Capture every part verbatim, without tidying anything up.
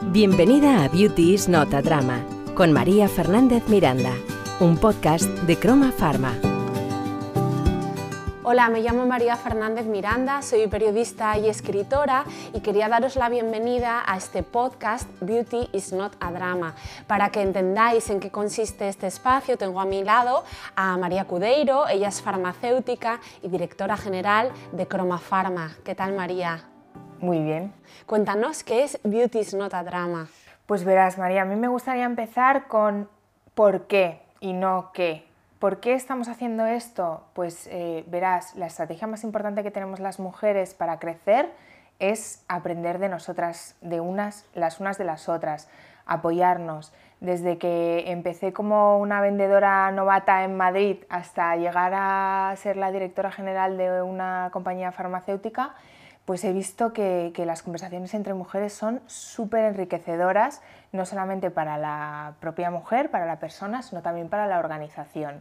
Bienvenida a Beauty is not a drama, con María Fernández Miranda, un podcast de Croma Pharma. Hola, me llamo María Fernández Miranda, soy periodista y escritora y quería daros la bienvenida a este podcast Beauty is not a drama. Para que entendáis en qué consiste este espacio, tengo a mi lado a María Cudeiro, ella es farmacéutica y directora general de Croma Pharma. ¿Qué tal, María? Muy bien. Cuéntanos, ¿qué es Beauty is not a drama? Pues verás, María, a mí me gustaría empezar con por qué y no qué. ¿Por qué estamos haciendo esto? Pues eh, verás, la estrategia más importante que tenemos las mujeres para crecer es aprender de nosotras, de unas, las unas de las otras, apoyarnos. Desde que empecé como una vendedora novata en Madrid hasta llegar a ser la directora general de una compañía farmacéutica, pues he visto que, que las conversaciones entre mujeres son súper enriquecedoras, no solamente para la propia mujer, para la persona, sino también para la organización.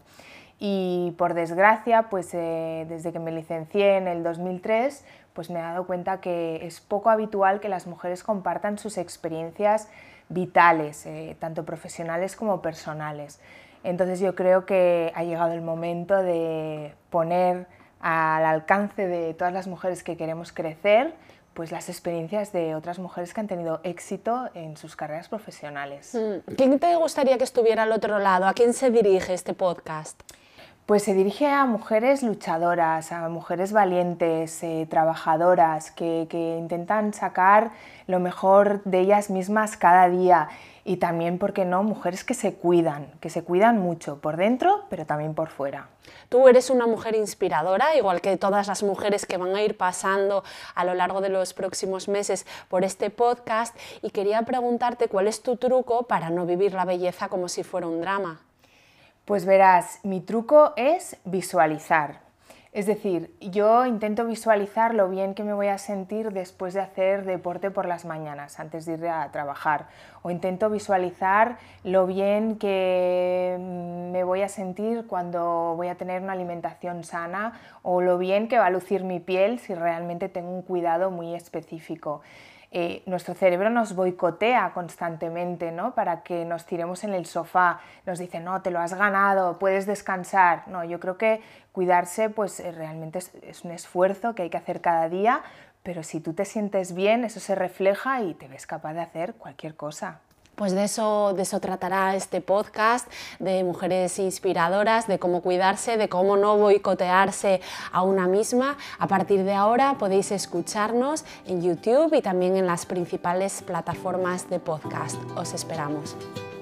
Y por desgracia, pues eh, desde que me licencié en el dos mil tres, pues me he dado cuenta que es poco habitual que las mujeres compartan sus experiencias vitales, eh, tanto profesionales como personales. Entonces yo creo que ha llegado el momento de poner al alcance de todas las mujeres que queremos crecer, pues las experiencias de otras mujeres que han tenido éxito en sus carreras profesionales. ¿Quién te gustaría que estuviera al otro lado? ¿A quién se dirige este podcast? Pues se dirige a mujeres luchadoras, a mujeres valientes, eh, trabajadoras, que, que intentan sacar lo mejor de ellas mismas cada día. Y también, ¿por qué no?, mujeres que se cuidan, que se cuidan mucho, por dentro, pero también por fuera. Tú eres una mujer inspiradora, igual que todas las mujeres que van a ir pasando a lo largo de los próximos meses por este podcast, y quería preguntarte cuál es tu truco para no vivir la belleza como si fuera un drama. Pues verás, mi truco es visualizar. Es decir, yo intento visualizar lo bien que me voy a sentir después de hacer deporte por las mañanas, antes de ir a trabajar. O intento visualizar lo bien que me voy a sentir cuando voy a tener una alimentación sana, o lo bien que va a lucir mi piel si realmente tengo un cuidado muy específico. Eh, nuestro cerebro nos boicotea constantemente, ¿no?, para que nos tiremos en el sofá, nos dice, no, te lo has ganado, puedes descansar. No, yo creo que cuidarse pues realmente es, es un esfuerzo que hay que hacer cada día, pero si tú te sientes bien, eso se refleja y te ves capaz de hacer cualquier cosa. Pues de eso, de eso tratará este podcast, de mujeres inspiradoras, de cómo cuidarse, de cómo no boicotearse a una misma. A partir de ahora podéis escucharnos en YouTube y también en las principales plataformas de podcast. Os esperamos.